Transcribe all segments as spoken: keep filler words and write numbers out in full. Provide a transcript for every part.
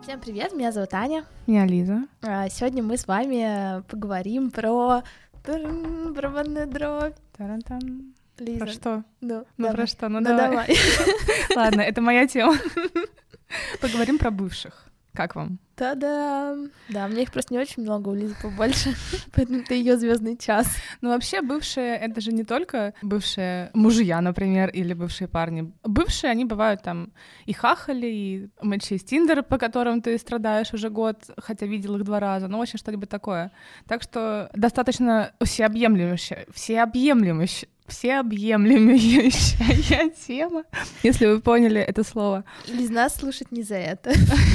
Всем привет, меня зовут Аня. Меня Лиза. Сегодня мы с вами поговорим про барабанную дробь. Тарантан. Лиза. Про что? Ну, ну давай. про что? Ну, ну давай. давай. Ладно, это моя тема. Поговорим про бывших. Как вам? Та-дам! Да, мне их просто не очень много, у Лизы побольше, поэтому это ее звездный час. Ну, вообще, бывшие — это же не только бывшие мужья, например, или бывшие парни. Бывшие, они бывают там и хахали, и мальчи из Тиндера, по которым ты страдаешь уже год, хотя видел их два раза, ну, в общем, что-нибудь такое. Так что достаточно всеобъемлющая, всеобъемлющая, всеобъемлющая тема, если вы поняли это слово. Лиз, нас слушать не за это.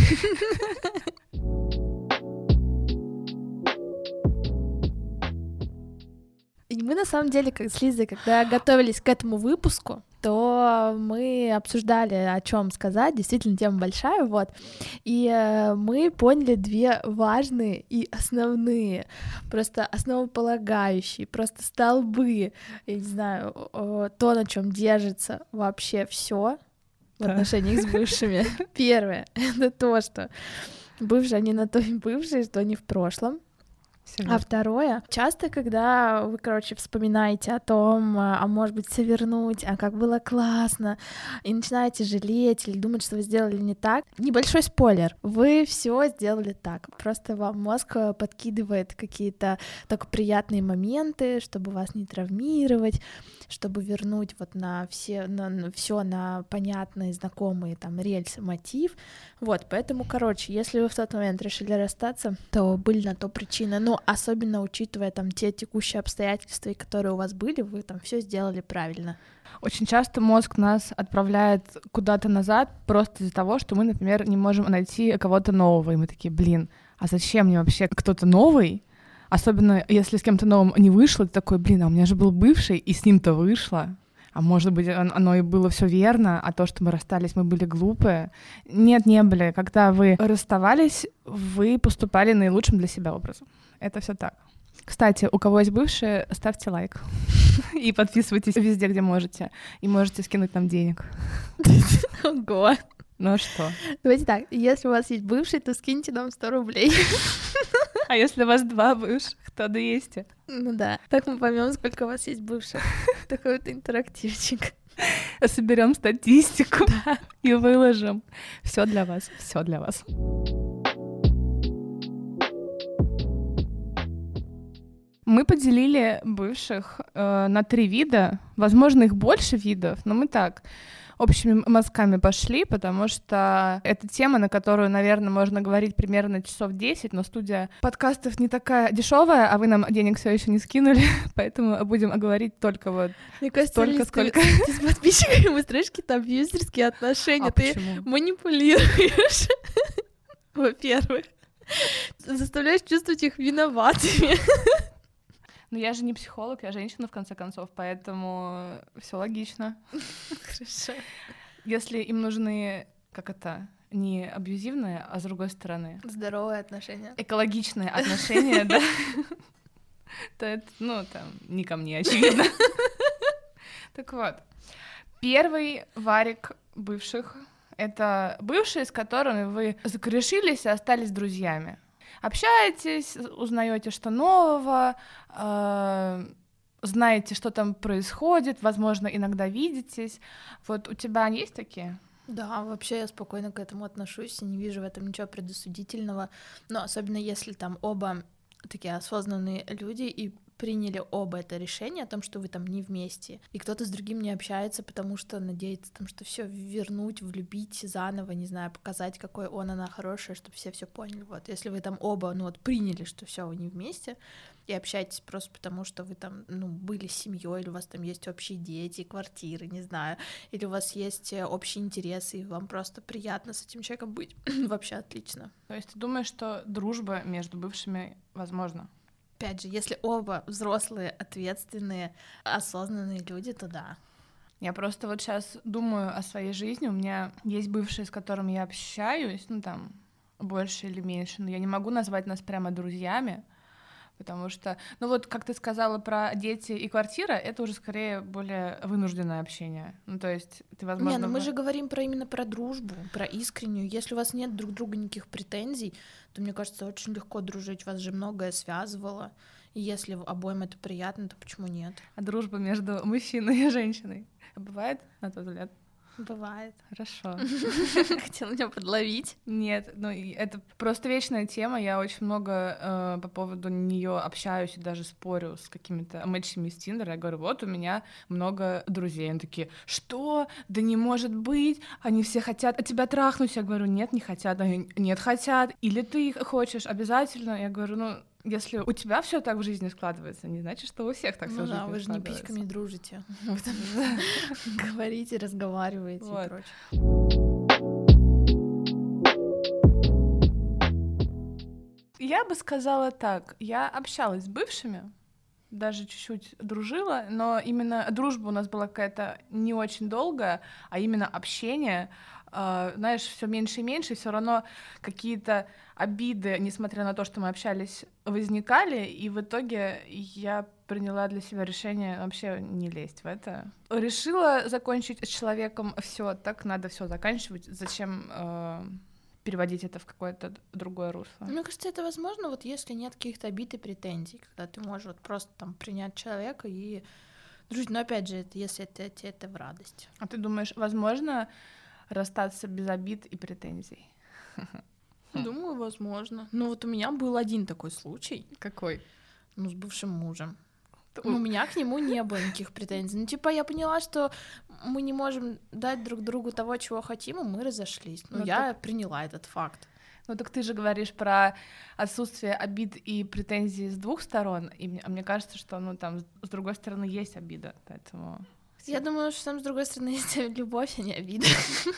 И мы, на самом деле, как с Лизой, когда готовились к этому выпуску, то мы обсуждали, о чем сказать, действительно, тема большая, вот, и э, мы поняли две важные и основные, просто основополагающие, просто столбы, я не знаю, то, на чем держится вообще все в Да. отношениях с бывшими. Первое — это то, что бывшие, они на то и бывшие, что они в прошлом. А второе, часто, когда вы, короче, вспоминаете о том, а может быть, совернуть, а как было классно, и начинаете жалеть или думать, что вы сделали не так, небольшой спойлер, вы все сделали так, просто вам мозг подкидывает какие-то только приятные моменты, чтобы вас не травмировать, чтобы вернуть вот на все, на, на все на понятные, знакомые там рельсы, мотив, вот, поэтому, короче, если вы в тот момент решили расстаться, то были на то причины, ну, особенно учитывая там те текущие обстоятельства, которые у вас были, вы там все сделали правильно. Очень часто мозг нас отправляет куда-то назад просто из-за того, что мы, например, не можем найти кого-то нового, и мы такие, блин, а зачем мне вообще кто-то новый? Особенно если с кем-то новым не вышло, ты такой, блин, а у меня же был бывший, и с ним-то вышло. А может быть, оно и было все верно, а то, что мы расстались, мы были глупые. Нет, не были. Когда вы расставались, вы поступали наилучшим для себя образом. Это все так. Кстати, у кого есть бывшие, ставьте лайк. И подписывайтесь везде, где можете. И можете скинуть нам денег. Ого! Ну что? Давайте так, если у вас есть бывший, то скиньте нам сто рублей. А если у вас два бывших, то двести. Ну да, так мы поймем, сколько у вас есть бывших. Такой вот интерактивчик. Соберем статистику, да, и выложим. Все для вас, все для вас. Мы поделили бывших э, на три вида. Возможно, их больше видов, но мы так общими мазками пошли, потому что это тема, на которую, наверное, можно говорить примерно часов десять, но студия подкастов не такая дешевая, а вы нам денег все еще не скинули, поэтому будем говорить только вот Мне кажется, столько, Лиз, сколько... Ты, ты с подписчиками выстроишь какие-то абьюзерские отношения, А ты почему? манипулируешь, во-первых, заставляешь чувствовать их виноватыми. Ну, я же не психолог, я женщина, в конце концов, поэтому все логично. Хорошо. Если им нужны, как это, не абьюзивные, а с другой стороны... Здоровые отношения. Экологичные отношения, да, то это, ну, там, не ко мне, очевидно. Так вот, первый варик бывших — это бывшие, с которыми вы закорешились и остались друзьями. Общаетесь, узнаете, что нового, э, знаете, что там происходит, возможно, иногда видитесь. Вот у тебя есть такие? Да, вообще я спокойно к этому отношусь и не вижу в этом ничего предосудительного, но особенно если там оба такие осознанные люди и приняли оба это решение о том, что вы там не вместе, и кто-то с другим не общается, потому что надеется там, что все вернуть, влюбить заново, не знаю, показать, какой он, она хорошая, чтобы все все поняли. Вот, если вы там оба, ну вот, приняли, что все вы не вместе, и общаетесь просто потому, что вы там, ну, были семьей, или у вас там есть общие дети, квартиры, не знаю, или у вас есть общие интересы, и вам просто приятно с этим человеком быть, вообще отлично. То есть ты думаешь, что дружба между бывшими возможна? Опять же, если оба взрослые, ответственные, осознанные люди, то да. Я просто вот сейчас думаю о своей жизни. У меня есть бывшие, с которыми я общаюсь, ну там, больше или меньше, но я не могу назвать нас прямо друзьями, Потому что, ну вот, как ты сказала про дети и квартира, это уже скорее более вынужденное общение. Ну, то есть ты, возможно... Не, ну мы же говорим про именно про дружбу, про искреннюю. Если у вас нет друг к другу никаких претензий, то, мне кажется, очень легко дружить. Вас же многое связывало. И если обоим это приятно, то почему нет? А дружба между мужчиной и женщиной бывает, на твой взгляд? Бывает. Хорошо. Хотела меня подловить. Нет, ну это просто вечная тема. Я очень много э, по поводу нее общаюсь и даже спорю с какими-то мэтчами из Тиндера. Я говорю, вот у меня много друзей. Они такие, что? Да не может быть! Они все хотят от тебя трахнуть. Я говорю, нет, не хотят. Они, нет, хотят. Или ты их хочешь обязательно? Я говорю, ну... Если у тебя все так в жизни складывается, не значит, что у всех так все в жизни складывается. Ну да, вы же не письками дружите. Говорите, разговариваете и прочее. Я бы сказала так. Я общалась с бывшими, даже чуть-чуть дружила, но именно дружба у нас была какая-то не очень долгая, а именно общение. Uh, знаешь, все меньше и меньше, все равно какие-то обиды, несмотря на то, что мы общались, возникали, и в итоге я приняла для себя решение вообще не лезть в это. Решила закончить с человеком все, так надо все заканчивать. Зачем uh, переводить это в какое-то другое русло? Мне кажется, это возможно, вот если нет каких-то обид и претензий, когда ты можешь вот просто там принять человека и дружить. Но опять же, это, если это, это, это в радость. А ты думаешь, возможно расстаться без обид и претензий? Думаю, возможно. Ну вот у меня был один такой случай. Какой? Ну, с бывшим мужем. У меня к нему не было никаких претензий. Ну, типа, я поняла, что мы не можем дать друг другу того, чего хотим, и мы разошлись. Ну, ну я так... приняла этот факт. Ну, так ты же говоришь про отсутствие обид и претензий с двух сторон, и мне, а мне кажется, что, ну, там, с другой стороны есть обида, поэтому... Я думаю, что там, с другой стороны, есть любовь, а не обида.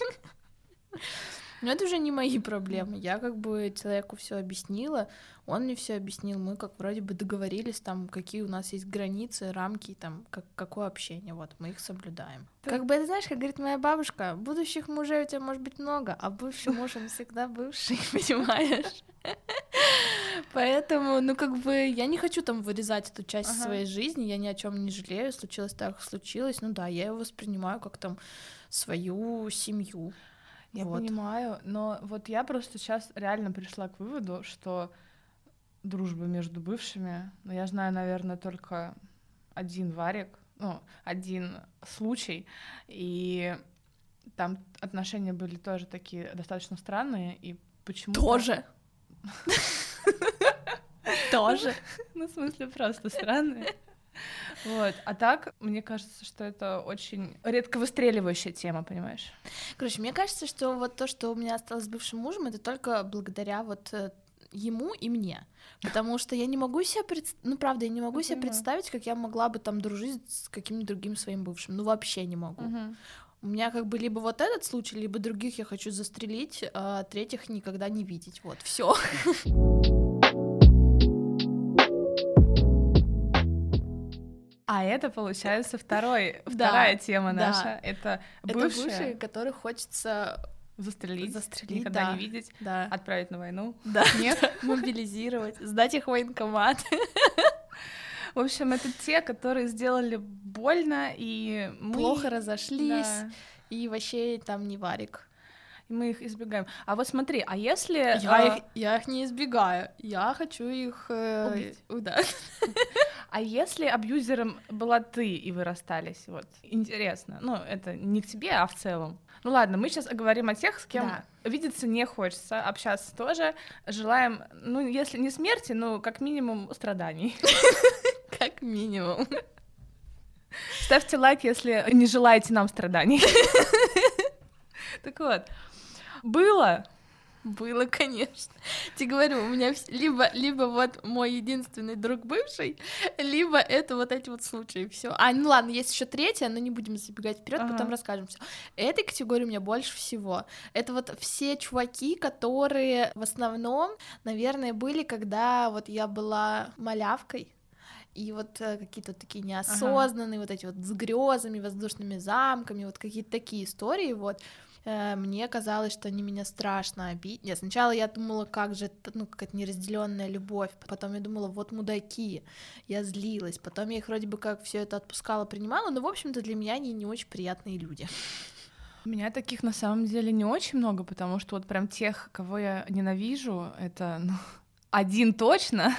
Но это уже не мои проблемы. Я как бы человеку все объяснила, он мне все объяснил, мы как вроде бы договорились, там, какие у нас есть границы, рамки, там, как, какое общение, вот, мы их соблюдаем. Ты... Как бы, это знаешь, как говорит моя бабушка, будущих мужей у тебя может быть много, а бывший муж, он всегда бывший, понимаешь? Поэтому, ну, как бы, я не хочу там вырезать эту часть ага. своей жизни, я ни о чем не жалею, случилось так, случилось, ну да, я его воспринимаю как там свою семью. Я вот. понимаю, но вот я просто сейчас реально пришла к выводу, что дружба между бывшими, ну, я знаю, наверное, только один варик, ну, один случай, и там отношения были тоже такие достаточно странные, и почему-то... Тоже? Тоже? Ну, в смысле, просто странные. Вот. А так, мне кажется, что это очень редко выстреливающая тема, понимаешь? Короче, мне кажется, что вот то, что у меня осталось с бывшим мужем, это только благодаря вот ему и мне. Потому что я не могу себе представить, ну, правда, я не могу себе представить, как я могла бы там дружить с каким-нибудь другим своим бывшим. Ну, вообще не могу. Uh-huh. У меня как бы либо вот этот случай, либо других я хочу застрелить, а третьих никогда не видеть. Вот, все. А это, получается, второй, вторая да, тема да. наша. Это бывшие, это бывшие, которых хочется застрелить, застрелить никогда да, не видеть, да. отправить на войну. Да, нет, мобилизировать, сдать их в военкомат. В общем, это те, которые сделали больно и мы... плохо разошлись, да. И вообще там не варик. И мы их избегаем. А вот смотри, а если... Я, а... их, я их не избегаю, я хочу их... Э... убить. Да. А если абьюзером была ты, и вы расстались? Вот, интересно. Ну, это не к тебе, а в целом. Ну ладно, мы сейчас говорим о тех, с кем да. видеться не хочется, общаться тоже. Желаем, ну, если не смерти, ну, как минимум, страданий. Как минимум. Ставьте лайк, если не желаете нам страданий. Так вот, было... Было, конечно. Тебе говорю, у меня либо, либо вот мой единственный друг бывший, либо это вот эти вот случаи, все. А, ну ладно, есть еще третья, но не будем забегать вперед, ага. потом расскажем все. Этой категории у меня больше всего. Это вот все чуваки, которые в основном, наверное, были, когда вот я была малявкой. И вот э, какие-то такие неосознанные, ага. вот эти вот с грезами, воздушными замками, вот какие-то такие истории, вот. мне казалось, что они меня страшно обидят. Нет, сначала я думала, как же это, ну, какая-то неразделенная любовь, потом я думала, вот мудаки, я злилась, потом я их вроде бы как все это отпускала, принимала, но, в общем-то, для меня они не очень приятные люди. У меня таких на самом деле не очень много, потому что вот прям тех, кого я ненавижу, это ну, один точно,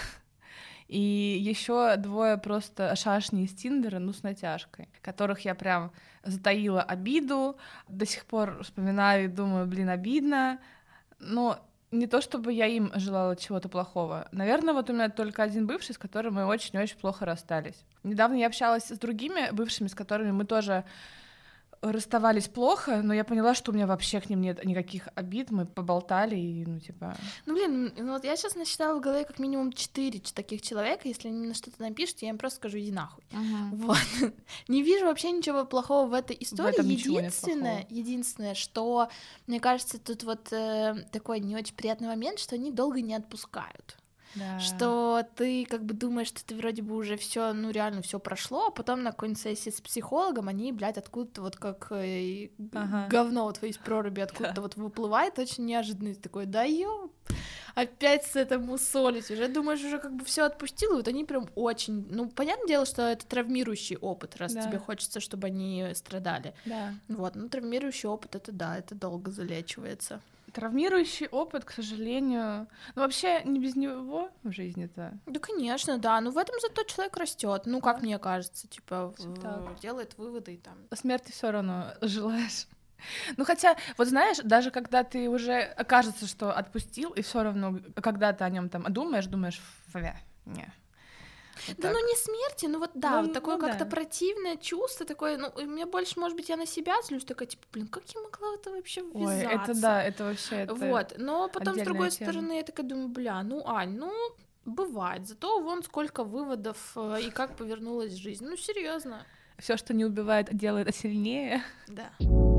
и еще двое просто шашни из Тиндера, ну, с натяжкой, которых я прям затаила обиду, до сих пор вспоминаю и думаю, блин, обидно, но не то чтобы я им желала чего-то плохого. Наверное, вот у меня только один бывший, с которым мы очень-очень плохо расстались. Недавно я общалась с другими бывшими, с которыми мы тоже расставались плохо, но я поняла, что у меня вообще к ним нет никаких обид, мы поболтали и, ну, типа... Ну, блин, ну вот я сейчас насчитала в голове как минимум четыре таких человека, если они мне что-то напишут, я им просто скажу, иди нахуй. Uh-huh. Вот. Не вижу вообще ничего плохого в этой истории. В этом единственное, единственное, что, мне кажется, тут вот э, такой не очень приятный момент, что они долго не отпускают. Да. Что ты как бы думаешь, что ты вроде бы уже все, ну реально все прошло, а потом на какой-нибудь сессии с психологом они, блядь, откуда-то вот как э, ага. говно вот из проруби откуда-то да. вот выплывает, очень неожиданно, такой, да ёп, опять с этим мусолить, уже думаешь, уже как бы все отпустил, и вот они прям очень, ну понятное дело, что это травмирующий опыт, раз да. тебе хочется, чтобы они страдали, да. вот, ну травмирующий опыт, это да, это долго залечивается. Травмирующий опыт, к сожалению, ну вообще не без него в жизни-то. Да, конечно, да, но в этом зато человек растет, ну как да. мне кажется, типа в... делает выводы и там. Смерти все равно желаешь. Ну хотя, вот знаешь, даже когда ты уже окажется, что отпустил, и все равно, когда ты о нем там думаешь, думаешь, фе, не. Вот да, так. Ну не смерти, ну вот да, ну, вот такое ну, как-то да. противное чувство, такое, ну, у меня больше, может быть, я на себя злюсь, такая, типа, блин, как я могла в это вообще ввязаться? Ой, это да, это вообще, это вот, но потом, с другой тема. стороны, я такая думаю, бля, ну, Ань, ну, бывает, зато вон сколько выводов и как повернулась жизнь, ну, серьезно. Все, что не убивает, делает сильнее. Да.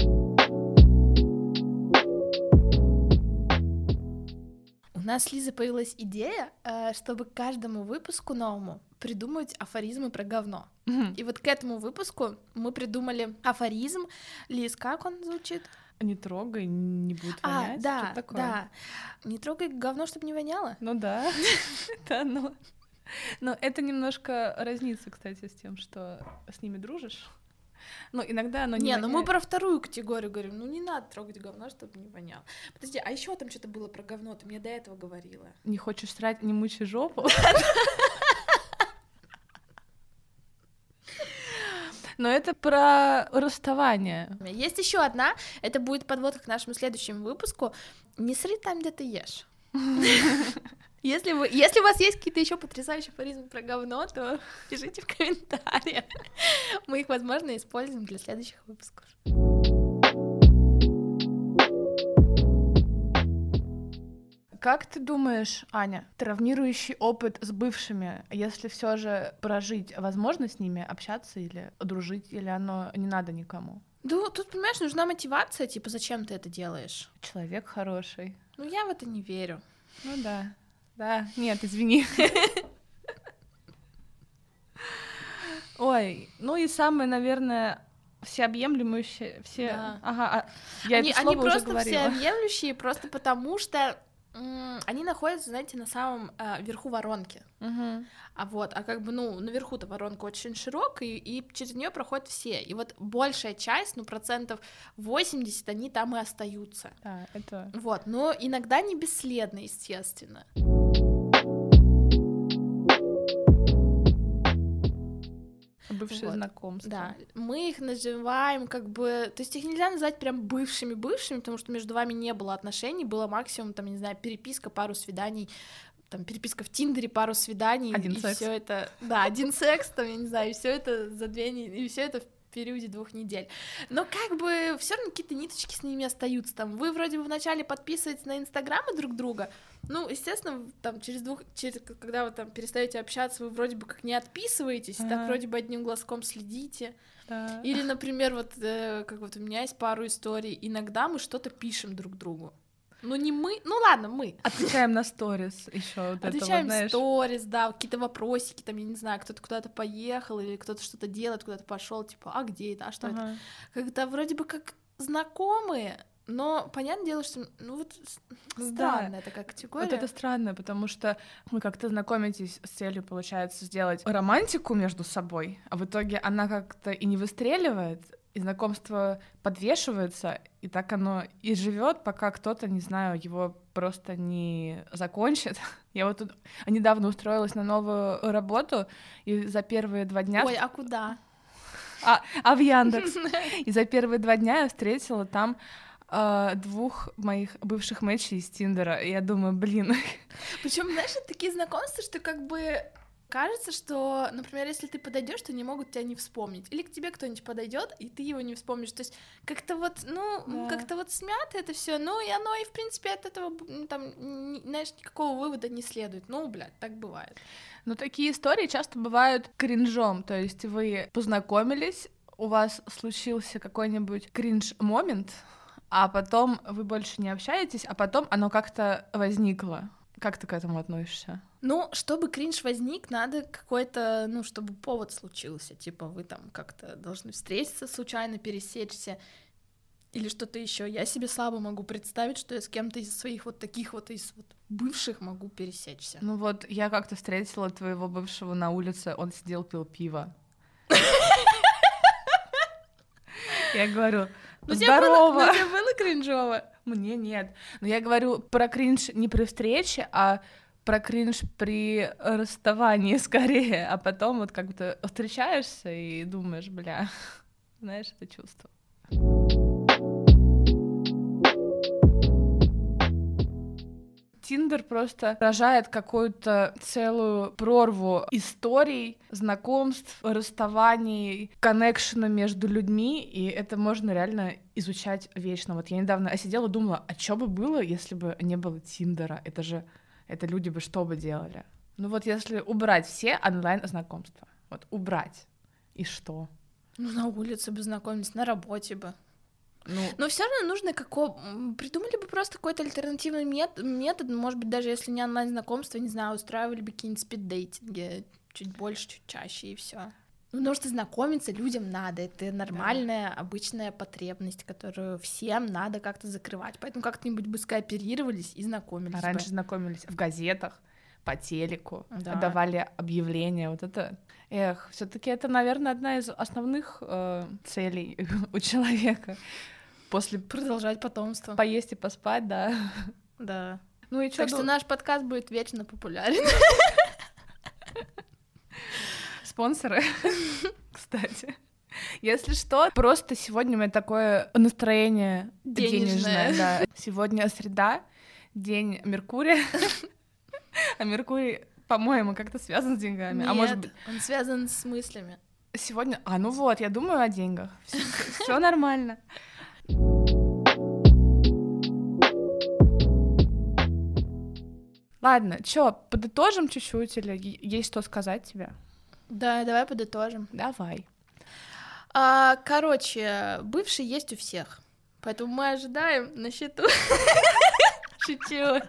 У нас с Лизой появилась идея, чтобы к каждому выпуску новому придумать афоризмы про говно. Mm-hmm. И вот к этому выпуску мы придумали афоризм. Лиз, как он звучит? Не трогай, не будет вонять. А, да, что такое? да. Не трогай говно, чтобы не воняло. Ну да, это оно. Но это немножко разнится, кстати, с тем, что с ними дружишь. Ну, иногда оно не Не, воняет. ну мы про вторую категорию говорим, ну не надо трогать говно, чтобы не воняло. Подожди, а еще там что-то было про говно, ты мне до этого говорила. Не хочешь срать, не мучай жопу? Но это про расставание. Есть еще одна, это будет подводка к нашему следующему выпуску. Не сри там, где ты ешь. Если, вы, если у вас есть какие-то еще потрясающие афоризмы про говно, то пишите в комментариях. Мы их, возможно, используем для следующих выпусков. Как ты думаешь, Аня, травмирующий опыт с бывшими, если все же прожить, возможно с ними общаться или дружить, или оно не надо никому? Да, тут, понимаешь, нужна мотивация, типа, зачем ты это делаешь? Человек хороший. Ну, я в это не верю. Ну да. Да, нет, извини. Ой, ну и самое, наверное, всеобъемлющее, все... Да. Ага, а... я они, это слово они уже просто говорила. всеобъемлющие, просто потому что м- они находятся, знаете, на самом э, верху воронки. Угу. А вот, а как бы, ну, наверху-то воронка очень широкая, и, и через нее проходят все. И вот большая часть, ну, процентов восемьдесят, они там и остаются. Да, это... Вот, но иногда не бесследно, естественно. Бывшие вот. Знакомства. Да, мы их называем как бы... То есть их нельзя назвать прям бывшими-бывшими, потому что между вами не было отношений, было максимум, там, не знаю, переписка, пару свиданий, там, переписка в Тиндере, пару свиданий, один и секс. Все это... Да, один секс, там, я не знаю, и все это за две недели, и все это в периоде двух недель. Но как бы все равно какие-то ниточки с ними остаются. Там вы вроде бы вначале подписываетесь на инстаграмы друг друга, ну, естественно, там через двух, через, когда вы там перестаете общаться, вы вроде бы как не отписываетесь, ага. так вроде бы одним глазком следите. Да. Или, например, вот э, как вот у меня есть пару историй, иногда мы что-то пишем друг другу. Ну, не мы, ну ладно, мы. Отвечаем на сторис еще. Вот Отвечаем в вот, сторис, да, какие-то вопросики, там, я не знаю, кто-то куда-то поехал, или кто-то что-то делает, куда-то пошел, типа, а где это, а что ага. это? Когда вроде бы как знакомые, Но понятное дело, что ну вот странная да. такая категория. Вот это странно, потому что вы как-то знакомитесь с целью, получается, сделать романтику между собой, а в итоге она как-то и не выстреливает, и знакомство подвешивается, и так оно и живет, пока кто-то, не знаю, его просто не закончит. Я вот тут недавно устроилась на новую работу, и за первые два дня... Ой, а куда? А, а в Яндекс. И за первые два дня я встретила там э, двух моих бывших мэчей из Тиндера. И я думаю, блин. Причем, знаешь, это такие знакомства, что как бы кажется, что, например, если ты подойдешь, то не могут тебя не вспомнить. Или к тебе кто-нибудь подойдет, и ты его не вспомнишь. То есть как-то вот, ну, да. как-то вот смято это все. Ну, и оно, и в принципе от этого там, не, знаешь, никакого вывода не следует. Ну, блядь, так бывает. Но такие истории часто бывают кринжом. То есть вы познакомились, у вас случился какой-нибудь кринж-момент, а потом вы больше не общаетесь, а потом оно как-то возникло. Как ты к этому относишься? Ну, чтобы кринж возник, надо какой-то, ну, чтобы повод случился. Типа вы там как-то должны встретиться случайно, пересечься или что-то еще. Я себе слабо могу представить, что я с кем-то из своих вот таких вот из вот бывших могу пересечься. Ну вот, я как-то встретила твоего бывшего на улице, он сидел, пил пиво. Я говорю, здорово! Ну тебе было кринжово? Мне нет. Но я говорю про кринж не при встрече, а про кринж при расставании скорее, а потом вот как бы встречаешься и думаешь, бля, знаешь, это чувство. Тиндер просто рожает какую-то целую прорву историй, знакомств, расставаний, коннекшена между людьми, и это можно реально изучать вечно. Вот я недавно сидела и думала, а что бы было, если бы не было Тиндера? Это же, это люди бы что бы делали? Ну вот если убрать все онлайн-знакомства, вот убрать, и что? Ну на улице бы знакомились, на работе бы. Ну, но все равно нужно какого... Придумали бы просто какой-то альтернативный мет... метод, может быть, даже если не онлайн-знакомство, не знаю, устраивали бы какие-нибудь спид-дейтинги чуть больше, чуть чаще, и все. Ну, потому что знакомиться людям надо, это нормальная, да. обычная потребность, которую всем надо как-то закрывать, поэтому как-нибудь бы скооперировались и знакомились а раньше бы. знакомились в газетах, по телеку, да. давали объявления, вот это... Эх, все-таки это, наверное, одна из основных э, целей у человека. После продолжать потомство. Поесть и поспать, да. Да. Ну и так что что наш подкаст будет вечно популярен. Спонсоры, кстати. Если что, просто сегодня у меня такое настроение денежное. денежное да. Сегодня среда, день Меркурия. А Меркурий, по-моему, как-то связан с деньгами. Нет, а может быть... он связан с мыслями. Сегодня... А, ну вот, я думаю о деньгах. Все нормально. Ладно, чё, подытожим чуть-чуть или есть что сказать тебе? Да, давай подытожим. Давай. А, короче, бывший есть у всех, поэтому мы ожидаем на счету. Шучу.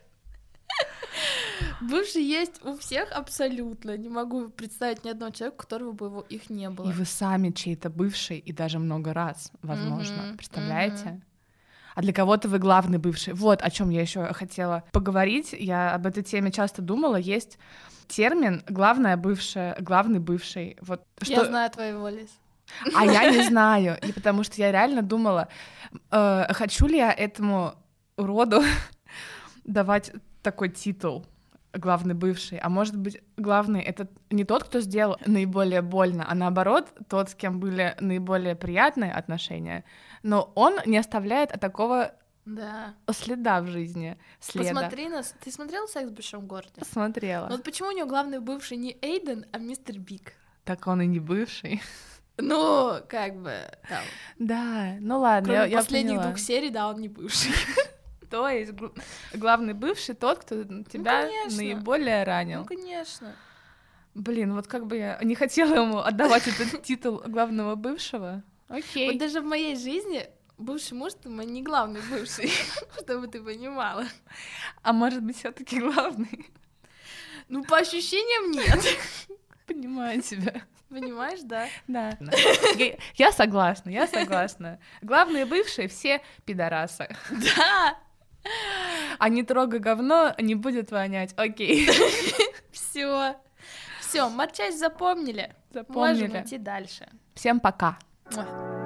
Бывший есть у всех абсолютно. Не могу представить ни одного человека, у которого бы его их не было. И вы сами чей-то бывший, и даже много раз, возможно. Mm-hmm. Представляете? Mm-hmm. А для кого-то вы главный бывший. Вот о чем я еще хотела поговорить. Я об этой теме часто думала. Есть термин «главная бывшая», «главный бывший». Вот я что... знаю твоего, Лиз. А я не знаю. И потому что я реально думала, э, хочу ли я этому роду давать такой титул главный бывший, а может быть главный это не тот, кто сделал наиболее больно, а наоборот тот, с кем были наиболее приятные отношения, но он не оставляет такого да. следа в жизни. Следа. Посмотри нас. Ты смотрела «Секс в большом городе»? Смотрела. Вот почему у него главный бывший не Эйден, а мистер Биг? Так он и не бывший. Ну, как бы там. Да, ну ладно. Кроме я, последних я двух серий, да, он не бывший. То есть главный бывший тот, кто тебя ну, наиболее ранил. Ну, конечно. Блин, вот как бы я не хотела ему отдавать этот титул главного бывшего. Окей. Вот даже в моей жизни бывший муж — мой не главный бывший, чтобы ты понимала. А может быть, все-таки главный? Ну, по ощущениям, нет. Понимаю тебя. Понимаешь, да? Да. Я, я согласна, я согласна. Главные бывшие все пидорасы. Да! А не трогай говно, не будет вонять. Окей. Все. Все, матчасть запомнили. Запомнили. Можем идти дальше. Всем пока. Муа.